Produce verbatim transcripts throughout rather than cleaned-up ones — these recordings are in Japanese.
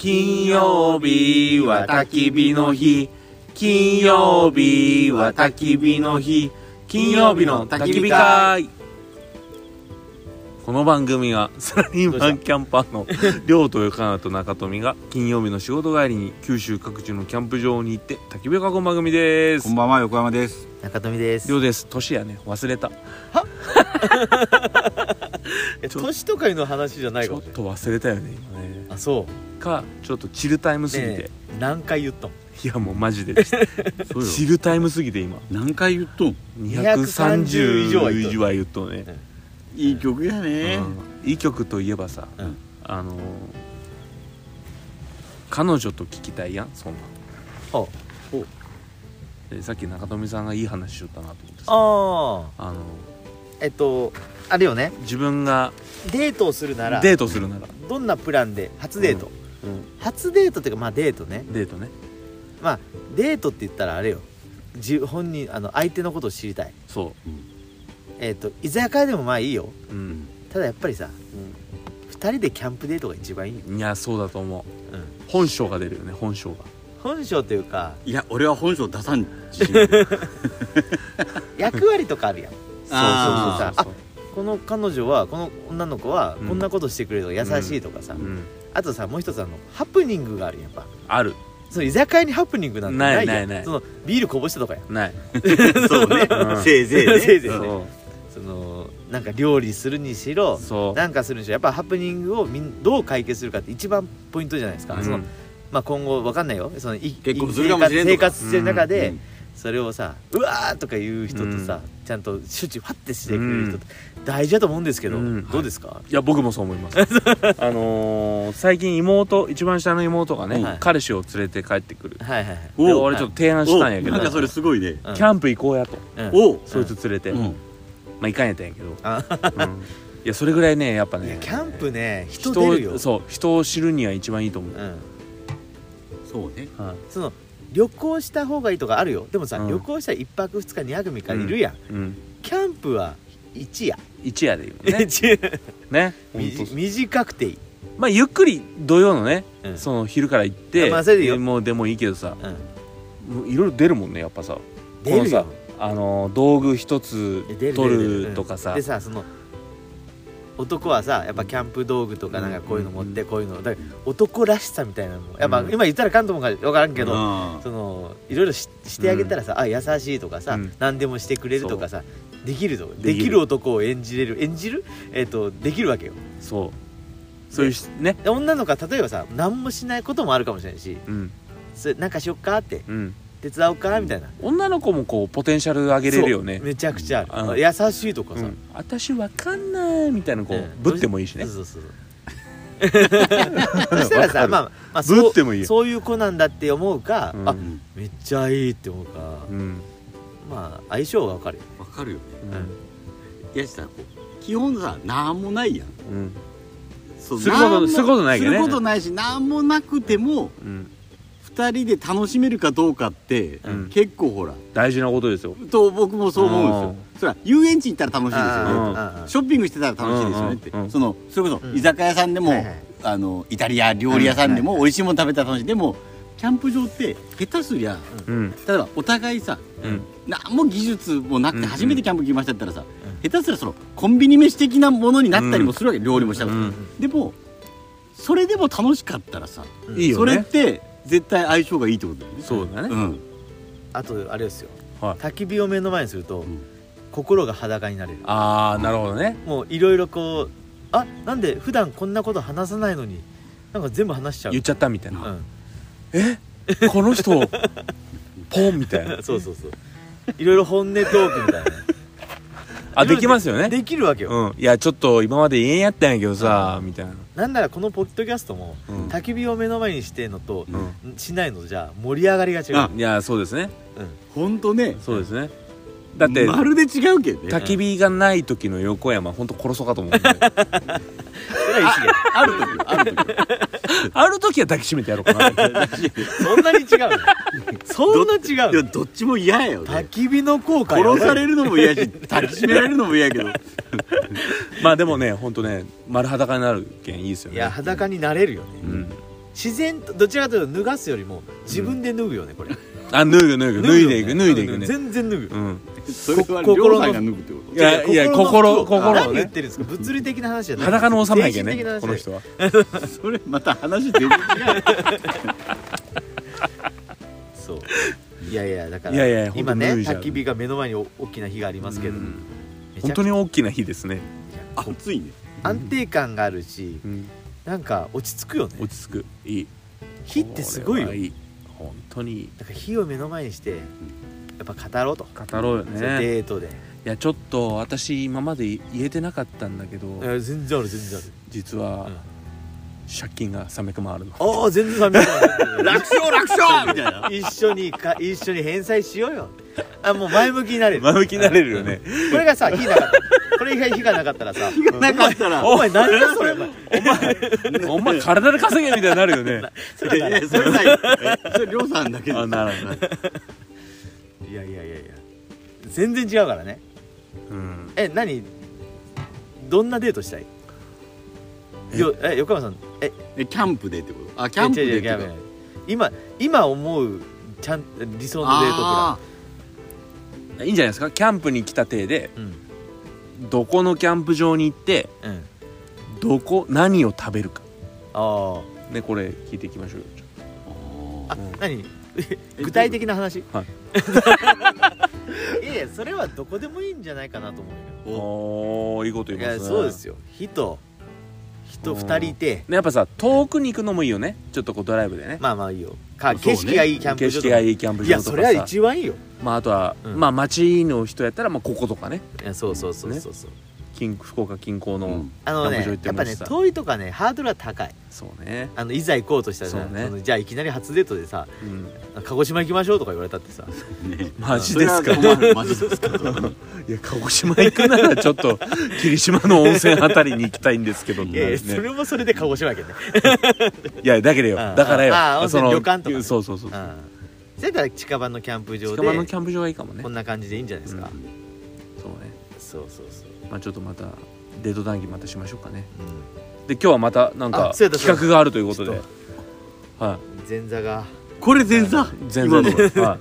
金曜日は焚き火の日、金曜日は焚き火の日、金曜日の焚き火会。この番組はサラリーマンキャンパーの亮と横川と中富が金曜日の仕事帰りに九州各地のキャンプ場に行って焚き火を囲む番組です。 こんばんは、横山です。 中富です。 亮です。年やね、忘れた。 は年とかいうの話じゃないかもね。 ちょっと忘れたよね今ね。 あ、そうかちょっとチルタイムすぎて、 ね、何回言ったの。 いやもうマジでそうチルタイムすぎて今何回言っとん。 にひゃくさんじゅう以上は言っとんね、うん、 いい曲やね、 うん、いい曲といえばさ、うん、あのー、彼女と聞きたいやんそんな。 あおでさっき中富さんがいい話しよったなと思ってさ、 ああのえっとあれよね、 自分がデートをするならデートするならどんなプランで初デート、うんうん、初デートっていうかまあデートねデートねまあデートって言ったらあれよ、自本人あの相手のことを知りたい。 そう、うん、 えっと居酒屋でもまあいいよ、 うん、 ただやっぱりさ、うん、ふたりでキャンプデートが一番いいよ。 いやそうだと思う、うん、本性が出るよね。本性が本性というか、 いや俺は本性出さん役割とかあるやん。そうそうそうさ、 あこの彼女はこの女の子はこんなことしてくれるとか、優しいとかさ、 うんうん、 あとさもう一つあのハプニングがあるやん。やっぱある。 その居酒屋にハプニングなんてないやん。 ないないない。 そのビールこぼしたとかやん。 ないそうね、うん、せいぜいねせいぜいね。そのなんか料理するにしろなんかするにしろやっぱハプニングをみんどう解決するかって一番ポイントじゃないですか、うん、そのまあ、今後わかんないよ、その結婚するかもしれんとか生活してる中で、 うんうん、 それをさうわーとか言う人とさ、うん、ちゃんと処置ファッてしてくれる人って大事だと思うんですけど、うん、どうですか。はい、 いや僕もそう思いますあのー、最近妹一番下の妹がね、はい、彼氏を連れて帰ってくる、はいはいはい、で俺ちょっと提案したんやけど、 なんかそれすごいね、 キャンプ行こうやと、うん、おそいつ連れて、うん、まあ行かんやったんやけど、うん、いやそれぐらいねやっぱねキャンプね人出るよ。 そう人を知るには一番いいと思う、うんそうね、 はい、その旅行した方がいいとかあるよ。でもさ、うん、旅行したらいっぱくふつかにはくみっかいるやん、うんうん、キャンプは一夜一夜でいいよねね短くていい。 まあゆっくり土曜のね、うん、その昼から行って、まあ、それでよもうでもいいけどさ、いろいろ出るもんねやっぱさ。 出るよ。 このさあの道具一つ取るとかさ、 でさその男はさやっぱキャンプ道具とかなんかこういうの持ってこういうのだから男らしさみたいなのもやっぱ今言ったらかんともか分からんけど、うん、そのいろいろ し, してあげたらさ、うん、あ優しいとかさ、うん、何でもしてくれるとかさできるとできる男を演じれる演じるえっ、ー、とできるわけよ。 そうそういうね女の子は例えばさ何もしないこともあるかもしれないし、うん、それなんかしよっかって、うん、手伝おうかみたいな。 女の子もこうポテンシャル上げれるよね。 めちゃくちゃある、うん、優しいとかさ、うん、 私わかんないみたいなこう、うん、ぶってもいいしね。そうそうそうそしたらさまあ、まあ、そうぶってもいいよ。 そういう子なんだって思うか、うん、あめっちゃいいって思うか、うん、まあ相性は分かるよ。 分かるよね、うん、いやさ基本さなんもないやん、うん、そうすることすることないけどね。 することないしなんもなくても、うんふたりで楽しめるかどうかって、うん、結構ほら大事なことですよと僕もそう思うんですよ。それは遊園地行ったら楽しいですよね。ショッピングしてたら楽しいですよねって、そのそれこそ居酒屋さんでも、うん、あのイタリア料理屋さんでも美味しいもの食べたら楽しい。でもキャンプ場って下手すりゃ、うん、例えばお互いさ、うん、何も技術もなくて初めてキャンプ来ましたって言ったらさ、うん、下手すりゃそのコンビニ飯的なものになったりもするわけ、うん、料理もしたこと、うん、でもそれでも楽しかったらさ、うん、それって絶対相性がいいってことだよね。 そうだね、うん、 あとあれですよ、はい、焚き火を目の前にすると、うん、心が裸になれる。 ああなるほどね。 もういろいろこうあなんで普段こんなこと話さないのになんか全部話しちゃう言っちゃったみたいな、うん、えこの人ポンみたいなそうそうそういろいろ本音トークみたいなあできますよね。 できるわけよ、 うん、いやちょっと今まで言えんやったんやけどさ、うん、みたいな。 なんならこのポッドキャストも、うん、焚き火を目の前にしてんのと、うん、しないのじゃ盛り上がりが違う。 いやそうですね、 うん、ほんとねそうですね。だってまるで違うけどね。 焚き火がない時の横山ほんと殺そうかと思うんでそれはある時ある時ある時は抱きしめてやろうかなそんなに違うのそんな違うの。 どっちも嫌やよね。 焚き火の効果殺されるのも嫌し抱きしめられるのも嫌やけどまあでもねほんとね丸裸になるけんいいですよね。 いや裸になれるよね、うん、 自然とどちらかというと脱がすよりも自分で脱ぐよねこれ。 あ、脱ぐ脱ぐ脱いでいく脱いでいくね。 全然脱ぐ。 うん。 それは両さんが脱ぐってこと。 いやいや心心をね。 何言ってるんですか。物理的な話じゃない。 裸の王様やけねこの人は。 それまた話全然違う。 そう。いやいやだからいやいや今ね焚き火が目の前に大きな火がありますけど、 本当に大きな火ですね。 熱いね。 安定感があるし、なんか落ち着くよね。 落ち着く。いい。 火ってすごいよ。 本当にいい。 だから火を目の前にしてやっぱ語ろうと。 語ろうよね。 デートで。 いやちょっと私今まで言えてなかったんだけど。 いや全然ある全然ある。 実は借金がさんびゃくまんあるの。 ああ全然さんびゃくまん楽勝楽勝みたいな。 一緒にか一緒に返済しようよ。あもう前向きになれる。 前向きになれるよね。 これがさ火なかったこれが火がなかったらさ火がなかったらお前何だそれお前お前体で稼げみたいになるよね。 それそれそれりょうさんだけ。 あなるほど。 いやいやいやいや全然違うからね。 うんえ何どんなデートしたい。よえ横山さんえキャンプでってこと。あキャンプでってこと。 今今思うちゃん理想のデートプランいいんじゃないですか。キャンプに来た体で、 うん、 どこのキャンプ場に行って、うん、どこ何を食べるか。 ああねこれ聞いていきましょうよ。 あ、うん、何具体的な話。 はいいやいやそれはどこでもいいんじゃないかなと思うよ。 おーいいこと言いますね。 いやそうですよ。人人ふたりいて、 ね、やっぱさ遠くに行くのもいいよね。ちょっとこうドライブでね。 まあまあいいよ。か景色がいいキャンプ場。 景色がいいキャンプ場とかさ。 いやそれは一番いいよ。 まああとは、うん、まあ町の人やったらまあこことかね。 いやそうそうそうそうそう。 近福岡近郊のキャンプ場行ってもらってさ。やっぱね遠いとかねハードルは高い。 そうね。 あのいざ行こうとしたらさ、ね、じゃあいきなり初デートでさ、うん、鹿児島行きましょうとか言われたってさ、 ね、マジですか。 マジですか。 いや鹿児島行くならちょっと霧島の温泉あたりに行きたいんですけど、ね、 いやいやそれもそれで鹿児島やけどね。 いやだけどよだからよ。 ああ温泉旅館とか、ね、 そうそうそう。 それから近場のキャンプ場で近場のキャンプ場がいいかもね。 こんな感じでいいんじゃないですか。 うん、そうね。 そうそうそう。 まあちょっとまたデート談義またしましょうかね。うん、で今日はまたなんか企画があるということで、はい。 前座がこれ前座前座の、はい、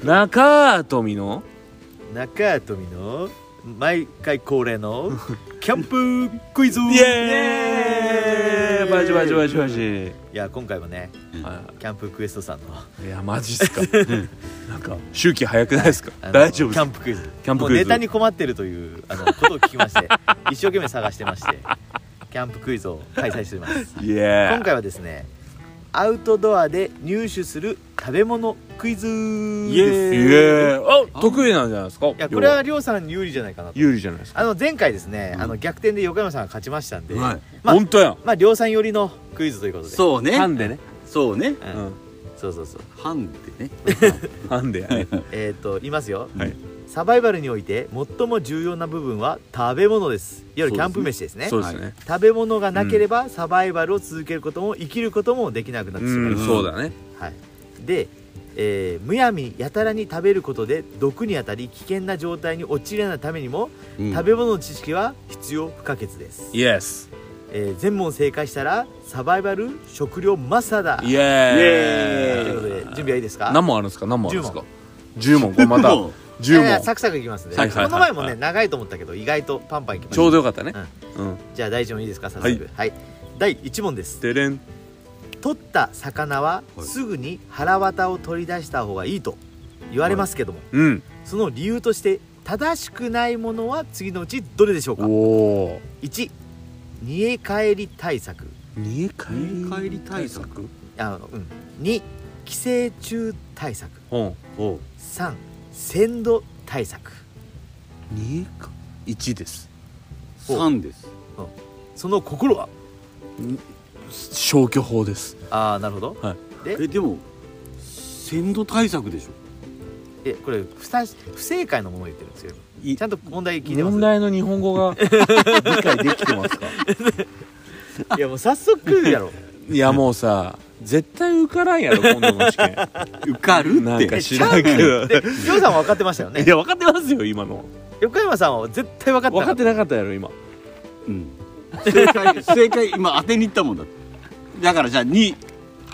中富の中富の毎回恒例のキャンプクイズ。 イエーイバチバチバチバチ。 いや今回もね、はい、キャンプクエストさんのいやマジっすか。なんか周期早くないですか。大丈夫です。 キャンプクイズ。 キャンプクイズ。 もうネタに困ってるというあのことを聞きまして一生懸命探してましてキャンプクイズを開催しています。今回はですねアウトドアで入手する食べ物クイズです。イエーイ。あ得意なんじゃないですか。いやこれはりょうさんに有利じゃないかなと。 有利じゃないですか。 あの前回ですね、うん、あの逆転で横山さんが勝ちましたんで、はい、 まあ、本当やまありょうさん寄りのクイズということで。 そうね。 ハンデね。 そうね。 うん。そうそうそう。 ハンデね。 ハンデやね。 えっと言いますよ。 はい。 サバイバルにおいて最も重要な部分は食べ物です。いわゆるキャンプ飯ですね。 そうですね。 食べ物がなければサバイバルを続けることも生きることもできなくなってしまいます。 そうだね。 はい。で、えー、むやみやたらに食べることで毒に当たり危険な状態に陥らないためにも、うん、食べ物の知識は必要不可欠です。 イエス。 えー、全問正解したらサバイバル食料マスターだ。 イエーイ。 ということで準備はいいですか。 何問あるんですか。何問あるんですか。じゅう問。これまたじゅう問。 サクサクいきますね。この前もね長いと思ったけど意外とパンパンいきました。 ちょうどよかったね。 うん。じゃあだいいち問いいですか。早速。はい。だいいち問です。 でれん。 取った魚はすぐに腹渡を取り出した方がいいと言われますけども、 うん、 その理由として正しくないものは次のうちどれでしょうか。 おいち煮え返り対策。 煮え返り対策。 あの、うん、に寄生虫対策。 おおさん鮮度対策。 煮えかいちです。 さんです。 うん、その心は消去法です。 ああなるほど。 はい、 でえでも鮮度対策でしょ。 えこれ不不正解のものを言ってるんですよ。ちゃんと問題聞いてます。 問題の日本語が理解できてますか。 いやもう早速やろ。 いやもうさ絶対受からんやろ今度の試験。 受かるってなんか知らんけど。 りょうさんは分かってましたよね。 いや分かってますよ今の。 横山さんは絶対分かってなかった。 分かってなかったやろ今。 うん。正解正解今当てに行ったもんだって。だからじゃあに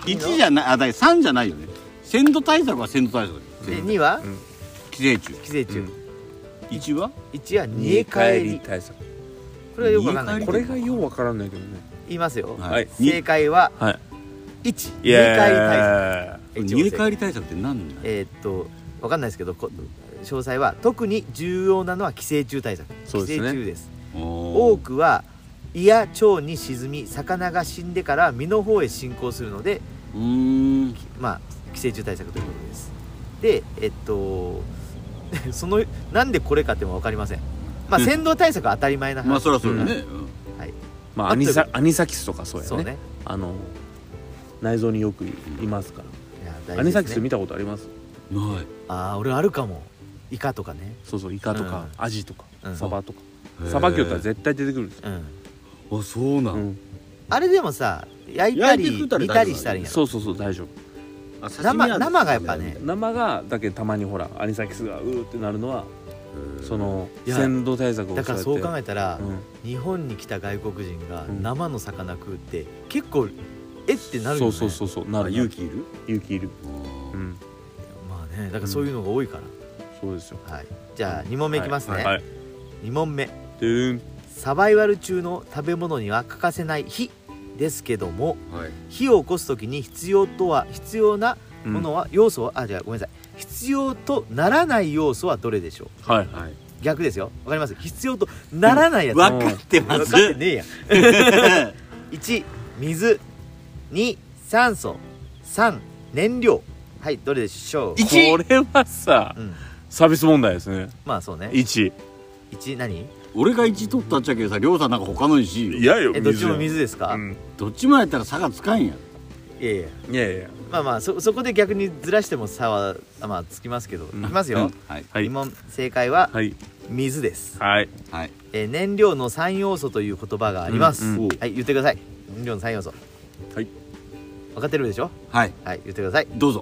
いちじゃない、あ、だからさんじゃないよね。鮮度対策は鮮度対策でには寄生虫。 寄生虫。 いちはいちは煮え返り対策。 これはよくわかんない。 これがようわからんないけどね。 言いますよ。 はい。 正解ははいいち煮え返り対策。 煮え返り対策って何だ。 えっとわかんないですけど、詳細は特に重要なのは寄生虫対策。寄生虫です。多くは胃や腸に沈み、魚が死んでから身の方へ進行するので、 うーん、 まあ寄生虫対策ということです。で、えっとそのなんでこれかっても分かりません。まあ鮮度対策は当たり前な話。 まあそりゃそうだね。 はい。 まあアニサアニサキスとかそうやね。 そうね。 あの内臓によくいますから。アニサキス見たことあります？ ない。 ああ、俺あるかも。イカとかね。 そうそう、イカとかアジとかサバとか。 へーサバキョったら絶対出てくるんですよ。 うん。 あ、そうな。 うんん。 あれでもさ、焼いたり焼いて食ったら煮たりしたらいいんやろ。 そうそうそう大丈夫。 あ、刺身は生生がやっぱね。 生がだけたまにほらアニサキスがうーってなるのはそのいや鮮度対策をだからそう考えたら、 うん、 日本に来た外国人がうん生の魚食うって結構えってなるよね。 そうそうそうそうなる。 勇気いる。 勇気いる。うん。 まあね、だからそういうのが多いから。 そうですよ。 はい。じゃあに問目いきますね。 はいはい。 に問目。 でーん。 サバイバル中の食べ物には欠かせない火ですけども、 はい。 火を起こすときに必要とは必要なものは、要素はあじゃあごめんなさい。必要とならない要素はどれでしょう。 はい。 はい。 逆ですよ。わかります？必要とならないやつ。 分かってま分す。 かってねえやん。いち水、に酸素、さん燃料。はい、どれでしょう。 いちこれはさ、 うん、 サービス問題ですね。 まあそうね。 いち。 いち何？ 俺がいち取ったっちゃけどさ、りょうさんなんか他のにし。 いやよ。 えどっちも水ですか？ うん。 どっちもやったら差がつかんや。 いやいや。 いやいや。 まあまあ そ, そこで逆にずらしても差はまあつきますけど、いきますよ。 はい。 はいに問正解ははい水です。 はい。 はい。 えー燃料のさん要素という言葉があります。 うんうんはい、言ってください。燃料のさん要素。 はい。 分かってるでしょ？ はい。 はい、言ってください。 どうぞ。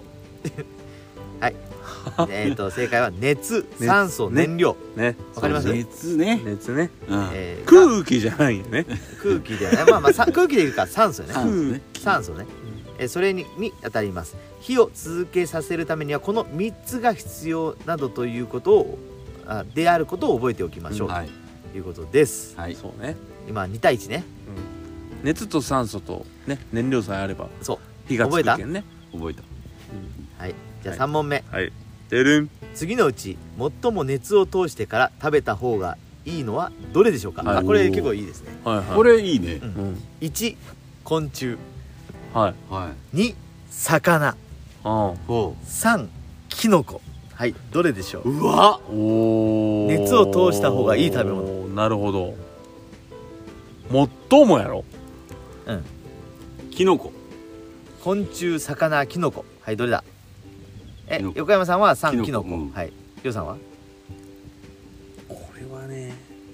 えっと正解は熱、 熱酸素、 ね燃料。 ね。 わかります？ 熱ね。 熱ね。 うん。 えー空気じゃないよね。 空気ではね、まあまあさ空気でいうか酸素よね。 酸素ね。 酸素ね。えーそれにに当たります。火を続けさせるためにはこのみっつが必要などということをあであることを覚えておきましょう、 はい。 ということです。 はい。 そうね。 今に対いちね。 熱と酸素とね燃料さえあればそう。 火がつくけんね。 覚えた。 はい。じゃあはいさん問目。 はい。でるん。 次のうち最も熱を通してから食べた方がいいのはどれでしょうか？ はいあこれ結構いいですね。 はいはい。 これいいね。 うんうん。 いち昆虫、 はい。 はい。 に魚、 ああ。 ほさんキノコ。はい、どれでしょう？ う。うわ。 おお。 熱を通した方がいい食べ物。 なるほど。最もやろ。 うん。 キノコ。 昆虫、魚、キノコ。はい、どれだ？えキノコ横山さんはさんキノコ。 キノコうんはい。りょうさんは？ これはね。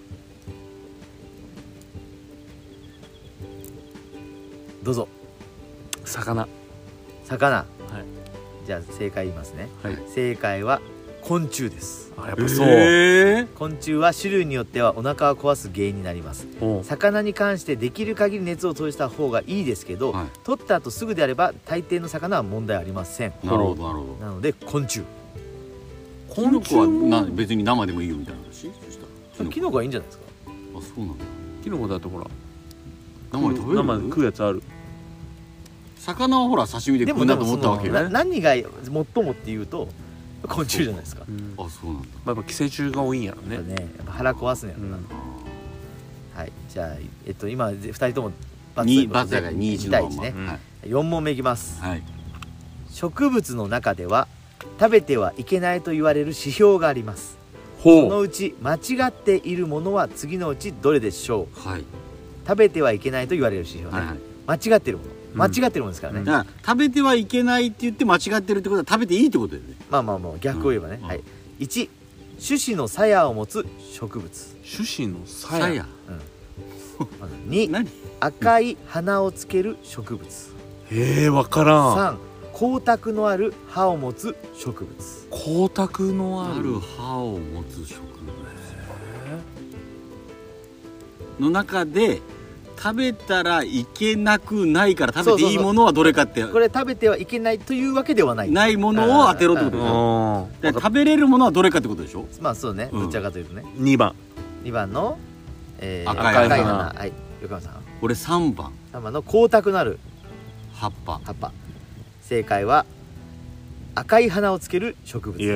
どうぞ。 魚。 魚。 はい。 じゃあ正解言いますね。 はい。 正解は昆虫です。 あやっぱそう。 え昆虫は種類によってはお腹を壊す原因になります。 おう魚に関してできる限り熱を通した方がいいですけど、 はい取った後すぐであれば大抵の魚は問題ありません。 なるほどなるほど。 なので昆虫。 キノコはな別に生でもいいよみたいな話。そしたらキノコはいいんじゃないですか？ あ、そうなんだ。 キノコだとほら生で食べる。 生で食うやつある。 魚はほら刺身ででも食うんだと思ったわけよ。 な何が最もっていうと昆虫じゃないですか。 うん。 あ、そうなんだ。 まあやっぱ寄生虫が多いんやろね。 やっぱね、やっぱ腹壊すんやろな。 うんはい。じゃあえっと今ふたりともバにツバツだからにいちのまんま。 対いちね。 うんはいよん問目いきます。 はい。 植物の中では食べてはいけないと言われる指標があります。そのほう。 うち間違っているものは次のうちどれでしょう？ はい。 食べてはいけないと言われる指標ね、 はいはい。 間違ってるもの間うん違ってるものですからね、 うんだから食べてはいけないって言って間違ってるってことは食べていいってことだよね。 まあまあまあ逆を言えばね、 うんはい。いち種子の鞘を持つ植物。 種子のさ鞘。 や。 に何？ 赤い花をつける植物。 ええわからん。 さん光沢のある葉を持つ植物。 光沢のああるる葉を持つ植物の中で食べたらいけなくないから食べていいものはどれかって。 これ食べてはいけないというわけではない。 ないものを当てろってことでしょ。で食べれるものはどれかってことでしょ。 まあそうね、どちらかというとね。 にばんにばんの、えー、 赤い花。 はい、横山さん。 俺さんばん。 さんばんの光沢のある葉っぱ。 葉っぱ。正解は赤い花をつける植物です。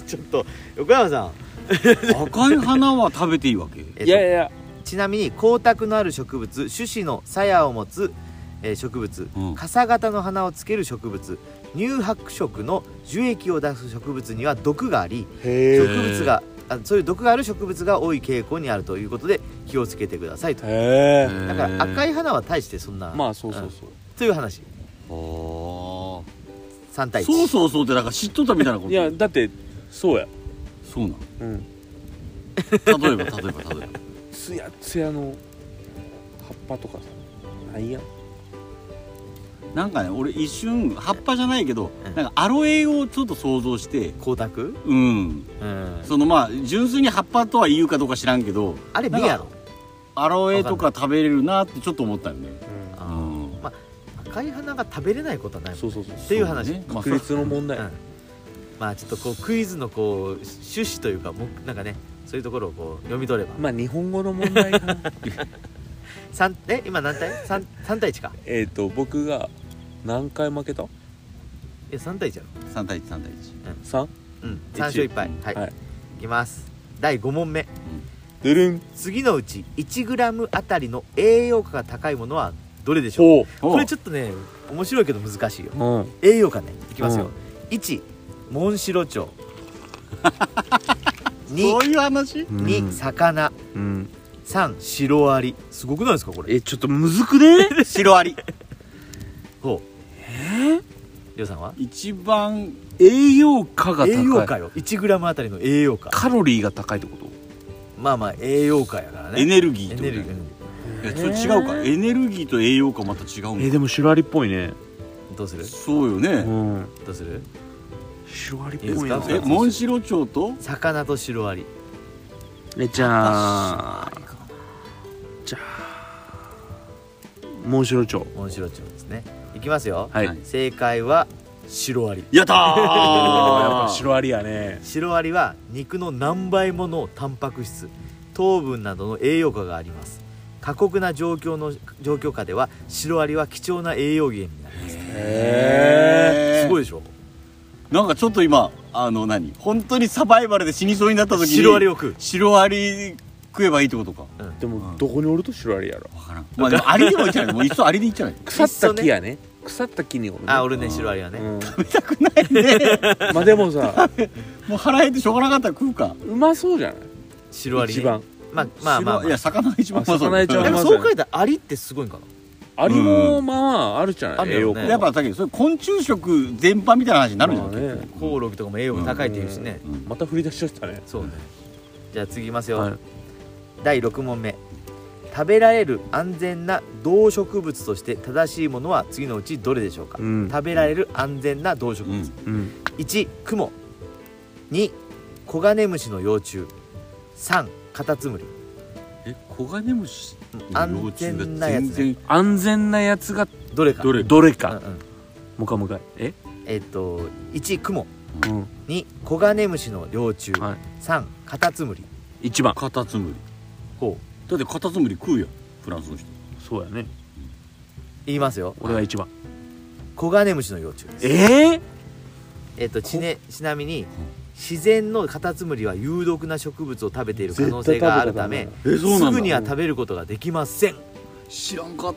ちょっと横山さん。 赤い花は食べていいわけ？ いやいや。 ちなみに光沢のある植物、種子の鞘を持つ、えー、植物、うん、傘型の花をつける植物、乳白色の樹液を出す植物には毒があり、植物があそういう毒がある植物が多い傾向にあるということで気をつけてくださいと。 へだから赤い花は大してそんな、 まあそうそうそう、うん、 という話。 あさんたいいち。 そうそうそうってなんか知っとったみたいなこと。 いやだってそうや。 そうなの。 うん。 例えば例えば例えば。 つやつやの葉っぱとかさないやん。 なんかね俺一瞬葉っぱじゃないけど、うん、なんかアロエをちょっと想像して光沢うん、うん、そのまあ純粋に葉っぱとは言うかどうか知らんけどあれビやろアロエとか食べれるなってちょっと思ったよね、 うんうん、まあ赤い花が食べれないことはないもん、 そうそうそうっていう話、ね、 確率の問題、うん、 まあちょっとこうクイズのこう趣旨というかもなんかねそういうところをこう読み取ればまあ日本語の問題かな三え今何対 3, 3対いちかえっと僕が何回負けた？ えさん対いちやろ。 さん対いちさん対いち、 うん、 さん？ うんさん勝いっぱい、はい、はい、いきますだいご問目、 ドゥルン。 次のうち いちグラム あたりの栄養価が高いものはどれでしょう？これちょっとね面白いけど難しいよ、うん、栄養価ねいきますよ、うん、いちモンシロチョウにそういう話？ に魚、うん、さんシロアリ。すごくないですかこれ？ えちょっとむずくねシロアリ。 ほうえー、 りょうさんは一番栄養価が高い。 栄養価よ いちグラム あたりの栄養価。 カロリーが高いってこと？ まあまあ栄養価やからね。 エネルギーとエネルギー。いやそれ違うか。エネルギーと栄養価また違うの。 えー、でもシロアリっぽいね。 どうする？ そうよね、うん、 どうする？ シロアリっぽいな。 えモンシロチョウと魚とシロアリ。 えじゃあじゃあモンシロチョウ。 モンシロチョウですね。いきますよ、 はい、 正解はシロアリ。 やったーやっぱシロアリやね。 シロアリは肉の何倍ものタンパク質、糖分などの栄養価があります。過酷な状況の状況下ではシロアリは貴重な栄養源になります。 へー、 すごいでしょ。 なんかちょっと今あの何本当にサバイバルで死にそうになった時にシロアリを食う。 シロアリ食えばいいってことか、 うん、 でも、うん、どこにおるとシロアリやろ。 分からん。まあでもアリでもいいんじゃない？もういっそアリでいいんじゃない？ 腐った木やね。腐った木におるね。 あ、俺ねシロアリはね、うん、 食べたくないねまあでもさもう腹減ってしょうがなかったら食うか。 うまそうじゃない？ シロアリ、ね、 一番まあまあまあ、まあ、 いや魚が一番うまそう。 魚一番うまそう。 でもそう書いたらアリってすごいんかな。 アリもまあまああるじゃない、栄養価。 やっぱさっきそれ昆虫食全般みたいな話になるじゃん、 ね、コオロギとかも栄養価高いっていうしね、 うんうん、また振り出しちゃったね。 そうね。じゃあ次いきますよ、はい、 だいろく問目。食べられる安全な動植物として正しいものは次のうちどれでしょうか、うん、食べられる安全な動植物、うんうん、いちクモ、にコガネムシの幼虫、さんカタツムリ。 えコガネムシ安全なやつ、ね、 安全なやつがどれかどれどれか、 うんうん、 もかもかええっといちクモ、うん、にコガネムシの幼虫、はい、さんカタツムリ。 いちばんカタツムリ。 ほうだってカタツムリ食うやんフランスの人。 そうやね。 言いますよ。 俺はいちばんコガネムシの幼虫です。 えー、 えっとち, ね、ちなみに自然のカタツムリは有毒な植物を食べている可能性があるため、すぐには食べることができません。 知らんかった。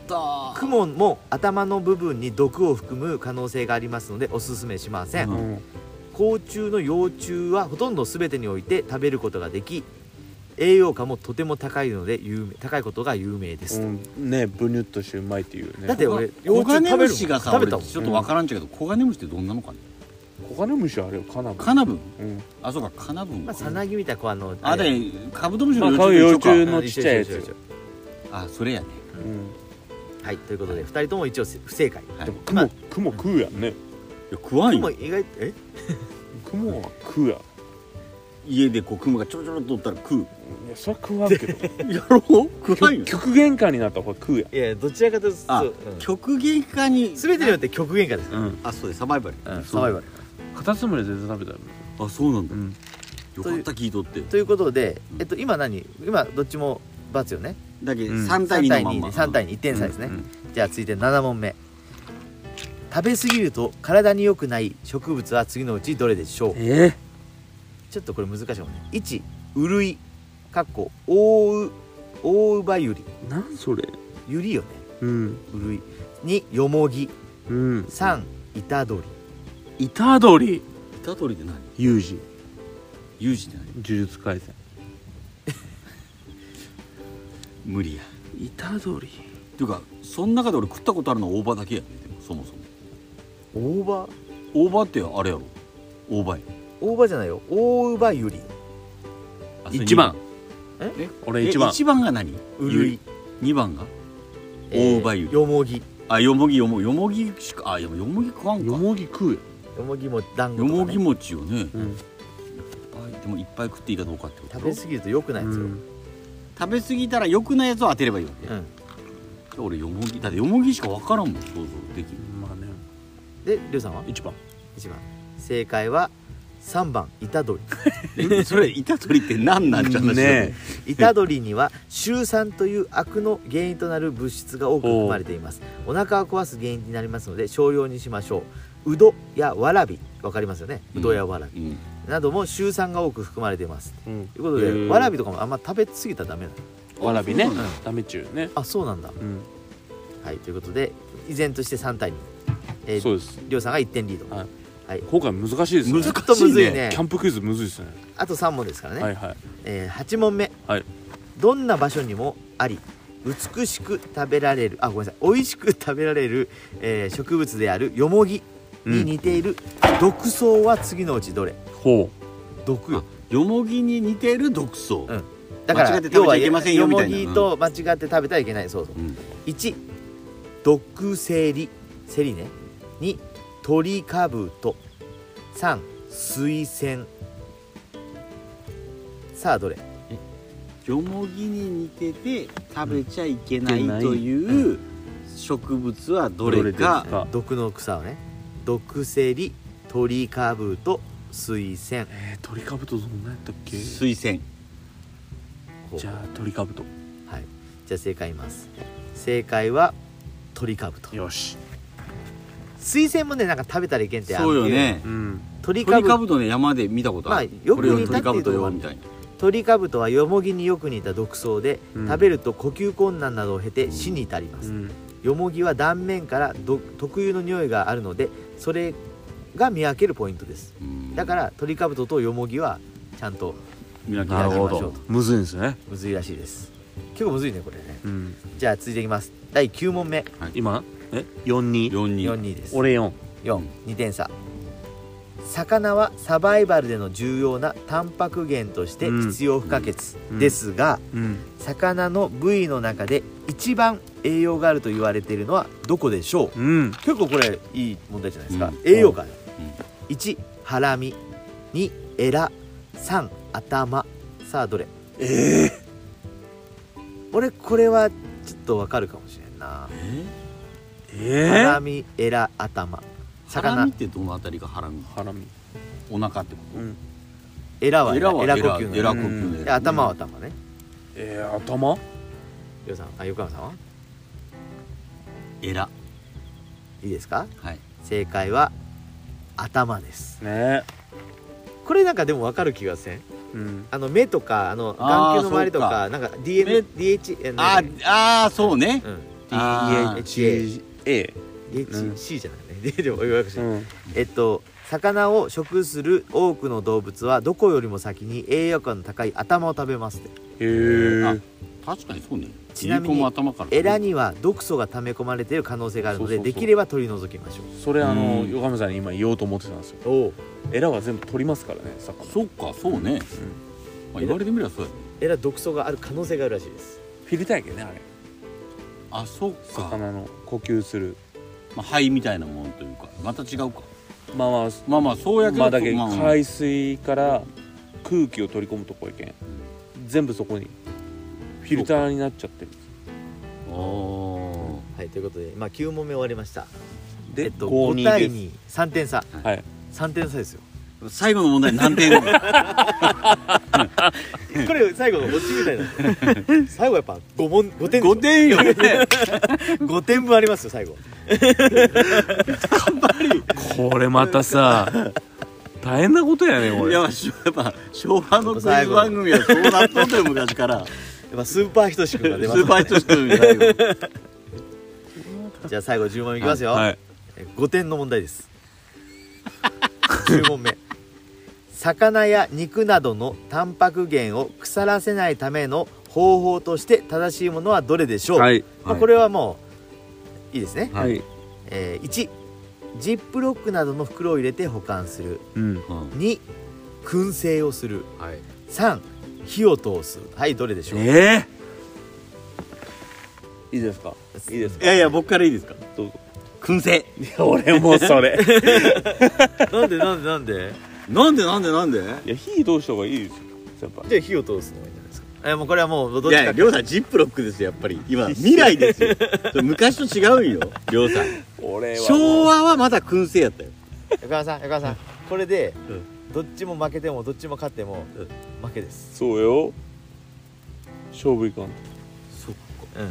クモも頭の部分に毒を含む可能性がありますのでおすすめしません、うん、甲虫の幼虫はほとんど全てにおいて食べることができ、栄養価もとても高いので有名高いことが有名です、 うん、ねブニュッとしてうまいっていうね。 だって俺幼虫食べるしがさ食べたもん。 ちょっとわからんちゃうけど、うん、コガネムシってどんなのかね。 コガネムシはあれよカナブン。 カナブン、 うん、 あそうかカナブン、 まあ、サナギみたいなこうあのあれカブトムシの幼虫、まあ、幼虫のちっちゃいやつ。 あそれやね、 うん、はいということでふたりとも一応不正解、 はい、でもクモクモ食うやんね。いや食わんよ。 クモ意外えクモは食うやん。 家でこうクマがちょろちょろっとおったら食う。 いやそれは食わんけどやろう食わんよ。 極限下になったらこれ食うやん。 いやどちらかというとあ、 そう、うん、 極限化に全てによって極限下ですよ、 うんあ、そうです、サバイバル、 うん、サバイバル。 カタツムリ全然食べたよ。 あ、そうなんだ、 うんよかった聞いとって。 ということで、えっと、今何今どっちも×よね。 だけどうんさん対にのまんま、 さん対にいってん差ですね、 うんうんじゃあ続いてなな問目。食べ過ぎると体に良くない植物は次のうちどれでしょう。 えちょっとこれ難しいもんね。いちウルイかっこ大ウ大ウバユリ、 ー、なんそれ。 ユリよね、 うんウルイ。にヨモギ。 うんさんイタドリ。 イタドリ。 イタドリって何？ ユージユージって何？ 呪術廻戦。 無理や。 イタドリ。 っていうかその中で俺食ったことあるのは大葉だけやね。でもそもそも大葉大葉ってあれやろ、大葉や。 大葉じゃないよ、大ウバユリ。 あ、それ一番。 え俺一番え一番が何？ ウルイ。 にばんがえー大ウバユリ。 ヨモギ。 あ、よもぎよもよもぎしか、あ、よもぎ食わんか。 よもぎ食うよ。 ヨモギも団子とか、ね、 よもぎ餅よね。 うんいっぱいでもいっぱい食っていいかどうかってこと。 食べ過ぎると良くないんですよ、 うん食べ過ぎたら良くないやつを当てればいいわけ。 うん俺よもぎだってよもぎしか分からんもん、想像できる。 まあねでりょうさんは一番。 いちばん。正解はさんばんイタドリ。 えそれイタドリって何なんじゃないねイタドリにはシュウ酸という悪の原因となる物質が多く含まれています。お腹を壊す原因になりますので少量にしましょう。うどやわらび、わかりますよね、うどやわらび、 うん、 などもシュウ酸が多く含まれていますうんということで、 へーわらびとかもあんま食べ過ぎたらダメなの。 わらびねそうなんだダメ中ね。 あ、そうなんだ。 うんはい、ということで依然としてさん対に、えー、 そうです。 りょうさんがいってんリード。 はいはい、 今回難しいですね。 ちょっとむずいねキャンプクイズむずいですね。 あとさん問ですからね、 はいはい。 えー、はち問目、 はいどんな場所にもあり美しく食べられるあごめんなさい美味しく食べられる、えー植物であるヨモギに似ている毒草は次のうちどれ。 ほ毒よ。 よもぎに似てる毒草、 うんだから間違って食べちゃいけませんよヨモみたいなギと間違って食べたらいけない。そうそう。 うんいち毒セリセリね。にトリカブト。さん水仙。さあどれ。 よもぎに似てて食べちゃいけないという植物はどれどれですか。 か。 毒の草をね。毒セリトリカブト水仙。 えー、鳥かぶとどんなやったっけ。 水仙。 じゃあ鳥かぶと。 はい、じゃあ正解言います。正解はトリカブト。 よし。 水仙もねなんか食べたらいけんってあるそうよね。 うん。 トリカブト鳥かぶとね、山で見たことある。 まあよくこれを似たっていう鳥かぶとところはよみたいな。 トリカブトはヨモギによく似た毒草で、 うん食べると呼吸困難などを経て死に至ります。 うん。 ヨモギは断面からど特有の匂いがあるのでそれが見分けるポイントです。 うんだからトリカブトとヨモギはちゃんと見分けなるほ見分けましょうど。むずいんですね。 むずいらしいです。結構むずいねこれね。 うん。 じゃあ続いていきます。だいきゅう問目。 今え四二。 よんによんにです。 俺四。 よん、にてん差。魚はサバイバルでの重要なタンパク源として必要不可欠うんですが、 うん。 魚の部位の中で一番栄養があると言われているのはどこでしょう。 うん。 結構これいい問題じゃないですか、 うん栄養価、 うんいちハラミ、にエラ、さん頭。さあどれ。 ええ俺これはちょっとわかるかもしれんな。 えハラえ。 ミ、エラ、頭。 ハラ魚ミってどのあたりがハラミ？ ハラミ。 お腹ってこうん。 エラはエラと？エラはエラ呼吸のエラエラ呼吸のエでラ。 頭は頭ね。 えー、頭。 りょうさん、あ、横山さんはエラ。 いいですか。 はい。 正解は頭です。 ね。 これなんかでもわかる気がせん。 うん。 あの目とかあのあー眼球の周りとそうかなんか ディーエヌ ディーエイチ えあねあーそうね。 うんあー T H A。 ディーエイチシー じゃないね。ででもよくしうん。 えっと魚を食する多くの動物はどこよりも先に栄養価の高い頭を食べますって。 へえ。 あ確かにそうね。 ちなみに入れ込む頭からエラには毒素が溜め込まれている可能性があるのでそうそうそうできれば取り除きましょそれあのうん横山さんに今言おうと思ってたんですよ。 う。おお。 エラは全部取りますからね、魚。 そっかそうね。まあ言われてみればそうやね。 エラ毒素がある可能性があるらしいです。 フィルターやけどね、あれ。 あそっか。 魚の呼吸する。 まあ肺みたいなもんというかまた違うか。 まあまあ、 まあまあそうやけど。 まあだけまあまあ海水から空気を取り込むとこやけん全部そこにフィルターになっちゃってる。 おはい、ということで、まあ、きゅう問目終わりました。 で、 えっと、 ごご対にさんてん差。 はい。 さんてん差ですよ。 最後の問題何点これ最後のオチみたいな。最後やっぱご問ごてんごてんよごてんぶんありますよ最後。 これまたさ大変なことやねこれ。 いややっぱ昭和のクイズ番組はそうなっとったよ昔から。やっぱスーパーひとしくんが出ます。 スーパーひとしくんが最後。 じゃあ最後じゅう問目いきますよ。 はい、 ごてんの問題です。じゅう問目。魚や肉などのタンパク源を腐らせないための方法として正しいものはどれでしょう。 はい、 まあ、これはもういいですね。 はい。 えー、いちジップロックなどの袋を入れて保管する、 うん、 に燻製をする、 はい、 さん火を通す。はい、どれでしょう。 えー、いいですか。いいですか。 いやいや僕からいいですか。 どうぞ。 燻製。 いや俺もそれ。 なんでなんでなんでなんでなんでなんで。 いや火通した方がいいですよ先輩。 じゃあ火を通すのがいいんじゃないですか。えもうこれはもうどっちか。 いやりょうさんジップロックですよやっぱり今未来ですよ。昔と違うんよりょうさん。 俺は昭和はまだ燻製やったよ。 横川さん横川さんこれで、 うん、 どっちも負けてもどっちも勝っても、うん、負けです。 そうよ勝負いかんと。 そっか。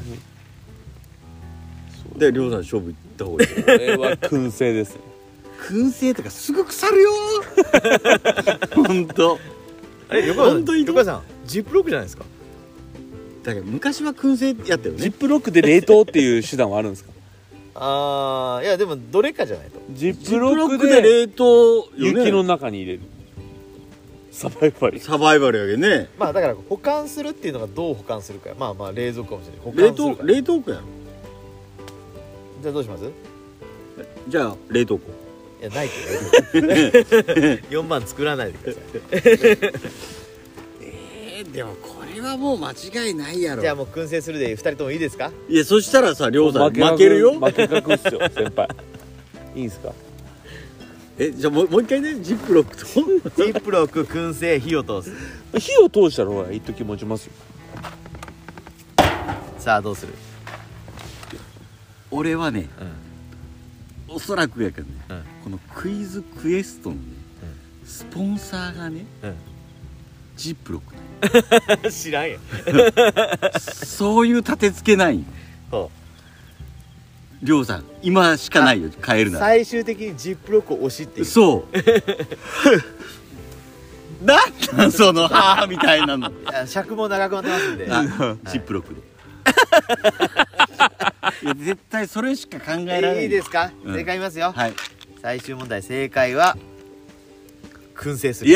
うん。 でりょうさん勝負いった方がいい。 これは燻製です。 燻製とかすぐ腐るよ。本当。 あれ横川さん横川さんジップロックじゃないですか。 だから昔は燻製やったよね。 ジップロックで冷凍っていう手段はあるんですか。 あーいやでもどれかじゃないと。 ジッジッププロックロックでで冷凍よね。 雪の中に入れるサバイバル。 サバイバルやけね。 まあだから保管するっていうのがどう保管するか。まあまあ冷蔵庫かもしれない。保冷凍管するか。 冷凍庫やろ。 じゃあどうします。 じゃあ冷凍庫。 いやないけどよんばん作らないでください。 えー、でもこれはもう間違いないやろ。 じゃあもう燻製するでふたりともいいですか。 いやそしたらさりょうさん負けるよ。 負け確っすよ先輩。いいんすか。 えじゃあもうもう一回ねジップロックとジップロック燻製火を通す。 火を通したらほら一時持ちますよ。 さあどうする。 俺はね、 うん、 おそらくやけどね、 うん、 このクイズクエストのね、うん、スポンサーがね、うん、ジップロックね。 知らんやん。 そういう立て付けないん。りょうさん今しかないよ変えるなら。 最終的にジップロックを押しっていう。 そうなんなんそのはーみたいなの。 いや尺も長くなってますんで。 ジップロックで。いや絶対それしか考えられない。 いいですか、うん、正解見ますよ。はい。最終問題正解は燻製する。 イ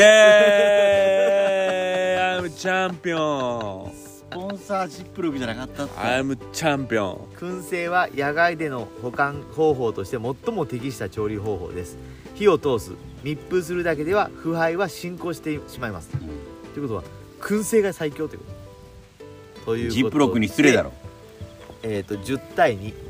エーイ I'm チャンピオン。 スポンサージップロックじゃなかったって。 I'm チャンピオン。 燻製は野外での保管方法として最も適した調理方法です。火を通す密封するだけでは腐敗は進行してしまいます、うん、ということは燻製が最強ということということでジップロックに失礼だろ。えっ、ー、とじゅうたいに。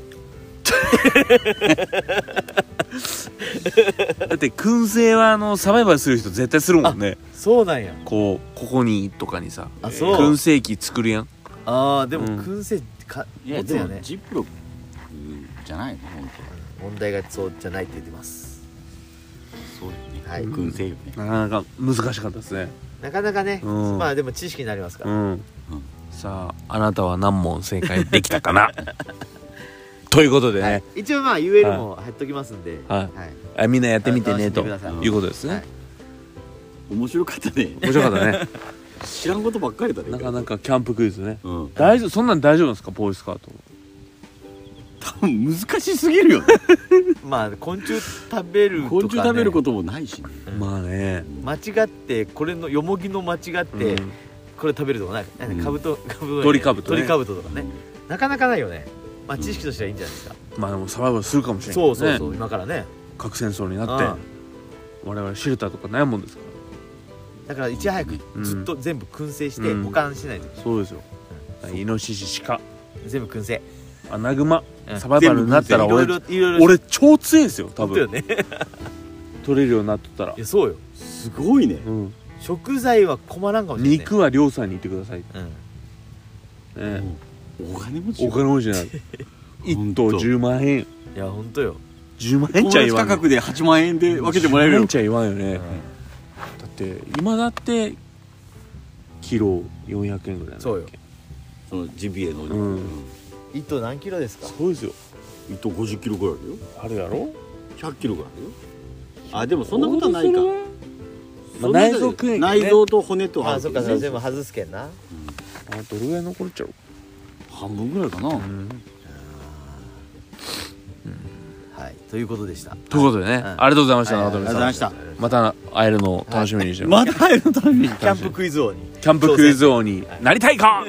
だって燻製はあのサバイバルする人絶対するもんね。 そうなんや。 こうここにとかにさ、 あそう燻製機作るやん。 あーでも燻製か、 うん、いやでもねジップロックじゃないの本当。問題がそうじゃないって言ってます。 そうよね、 はい、 燻製よね。 なかなか難しかったですね。 なかなかね、うん、まあでも知識になりますから、うんうん、 さああなたは何問正解できたかな。ということでね、はい、 一応まあ ユーエル も貼っときますんで、 はいはい、みんなやってみてねということですね、はい、 面白かったね。 面白かったね。 知らんことばっかりだね。 なかなかキャンプクイズね、うん、大丈夫。そんなん大丈夫ですかボーイスカート。 多分難しすぎるよね。 まあ昆虫食べるとか、ね、 昆虫食べることもないし、ね、 まあね間違ってこれのよもぎの間違って、うん、これ食べるとかない、うん、カブトカブト鳥カブト、 ね、鳥カブトとかね、なかなかないよね。まあ知識としてはいいんじゃないですか、 うん、まあでもサバイバルするかもしれない、 ね、そうそうそう今からね核戦争になって我々シェルターとかないもんですから。 だからいち早くずっと全部燻製して保管しないと、 うん、そうですよ、うん、イノシシ鹿全部燻製。 アナグマ、うん、サバイバルになったら俺俺超強いですよ多分、ね、取れるようになっとったら。 いやそうよすごいね、 うん、 食材は困らんかもしれない、ね、 肉は量産に行ってください、 うんね、 お金持ちお金持ちになる一頭じゅうまんえん。 いやほんとよじゅうまん円友達ちゃ言わん価格ではちまんえんで分けてもらえるよじゅうまん円ちゃ言わんよね、うん、だって今だってキロよんひゃくえんぐらいなんだっけ。 そうよそのジビエの、 うん、 一頭何キロですか。 そうですよ。 一頭ごじゅっキロぐらいあるよ。 あるやろ。 ひゃっキロぐらいあるよ。あでもそんなことはないか。 まあ、内臓食えんけどね。 内臓と骨とあそっかそれ全部外すけんな、うん、 あどれぐらい残っちゃう。 半分ぐらいかな、うんうんはいということでした。 ということでね、うん、ありがとうございました、 はい、ありがとうございました。 また会えるのを楽しみにしてます、はい、また会えるの楽しみにキャンプクイズ王にキャンプクイズ王になりたいか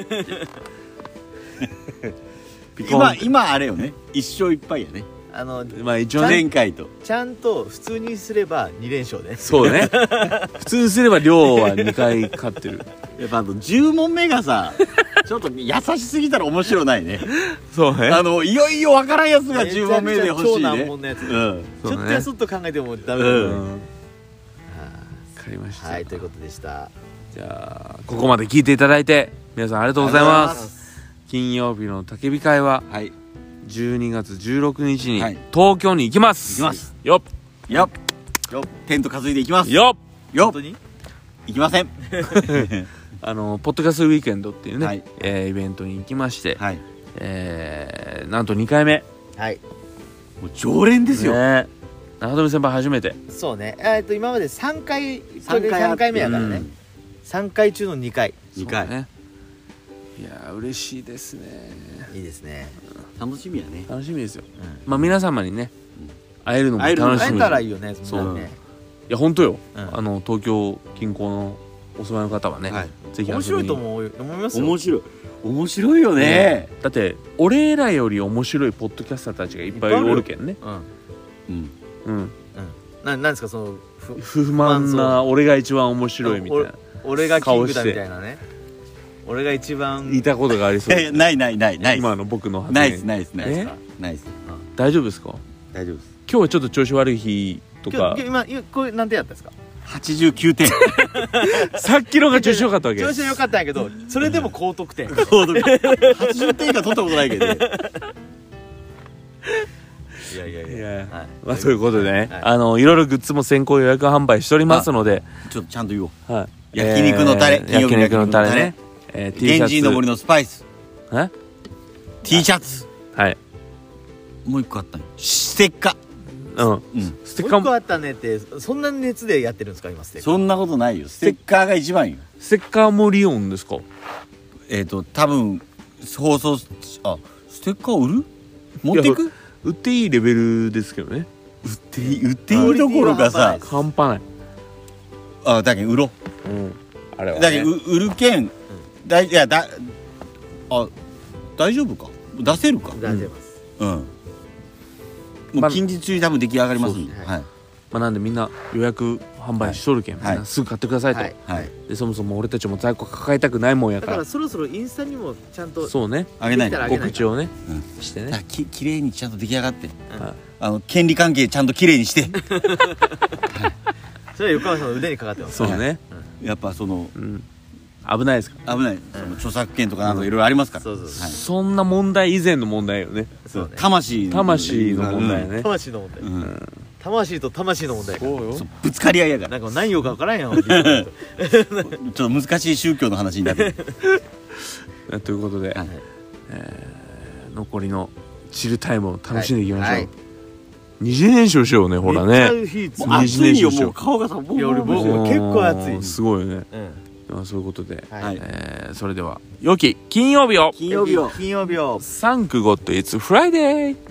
今今あれよね、一勝一敗やね。 あのまあ一応ね前回とちゃんと普通にすればに連勝ね。 そうね普通にすれば量はにかい勝ってる。 やっぱあのじゅう問目がさちょっと優しすぎたら面白ないね。 そうね。 あのいよいよわからんやつがじゅう問目で欲しいね。 超難問のやつ、うん、ちょっとやそっと考えてもダメだね、うん、分かりました。 はいということでした。 じゃあここまで聞いていただいて皆さんありがとうございます。金曜日の焚き火会は、はい、じゅうにがつじゅうろくにちに東京に行きます。 行きます。 よっよっよっテント担いで行きます。 よっよっ本当に行きませんあのポッドキャストウィーケンドっていうね、はい、えー、イベントに行きまして、はい、えー、なんとにかいめ。 はいもう常連ですよ、ね、 中富先輩初めて。 そうね、えー、と今までさんかいさんかいさんかいめやからね、うん、さんかい中のにかいにかいね。 いや嬉しいですね。 いいですね、 楽しみやね。 楽しみですよ、うん、まあ皆様にね、うん、会えるのも楽しみ。 会えたらいいよね。 そうね。いや本当よ、うん、あの東京近郊のお住まいの方はね、はい、ぜひ遊びに。面白いと思いますよ。 面白い面白いよね、ね。 だって俺らより面白いポッドキャスターたちがいっぱいおるけんね。 うんうんうん。ななんですかその不不満な俺が一番面白いみたいな。 俺がキングだみたいなね。俺が一番言いたことがありそう。 ないないないない。 今の僕の発言。ナイスナイスナイスナイス。 大丈夫ですか。 大丈夫です。 今日はちょっと調子悪い日とか。 今今これ何点やったんですか。 はちじゅうきゅうてんさっきのが調子良かったわけ。 調子良かったんやけどそれでも高得点。 高得点はちじゅってん以下取ったことないけどね。 いやいやいや、 はい、まあそういうことでね、はい、あのいろいろグッズも先行予約販売しておりますので、 ちょっとちゃんと言おう、 はい、 焼肉のタレ、 えー、焼肉のタレね、 えー、T シャツ、源氏の森のスパイス、 え T シャツ、 はい、 もう一個あったね、ステッカー、 うん、うん、 ステッカーもう一個あったねって。そんな熱でやってるんですか今ステッカー。 そんなことないよ。ステッカーが一番よ。 ステッカーもリオンですか。 えっ、ー、と多分放送あステッカー売る持っていく。 売っていいレベルですけどね。 売っていい売っていいどころかさ半端ない。 あだけど売ろう、うん、あれは、ね、 だけど売るけん、うん、だいやだあ大丈夫か出せるか。 出せます。 うん、うんもう近日中に多分出来上がりますんで、 まあ、はい、まあなんでみんな予約販売しとるけん、はい、みんなすぐ買ってくださいと、はいはい、でそもそも俺たちも在庫抱えたくないもんやから、 だからそろそろインスタにもちゃんとそうねあげないと告知をね、 うん、 してねききれいにちゃんと出来上がって、うん、あの権利関係ちゃんときれいにして、 はい、それは横川さんの腕にかかってます。 そうね、 うん、やっぱその、うん危ないですか。危ない、うん、その著作権とかなんかいろいろありますから、うん、そうそうそう、はい、 そんな問題以前の問題よね。 そうね魂の魂の問題ね、 うん、魂の問題、うん、魂と魂の問題。 そうよ。ぶつかり合いやから。 なんか何言うか分からんやん。ちょっと難しい宗教の話になってるということで、はい、えー、残りのチルタイムを楽しんでいきましょう、はいはい、二次燃焼しようね。ほらねめっちゃ暑いよ。もう顔がさ僕も結構暑い。 すごいよね、うん、まあ、そういうことで、はい、えー、それでは良き金曜日を金曜日を金曜日をサンクゴッド It's Friday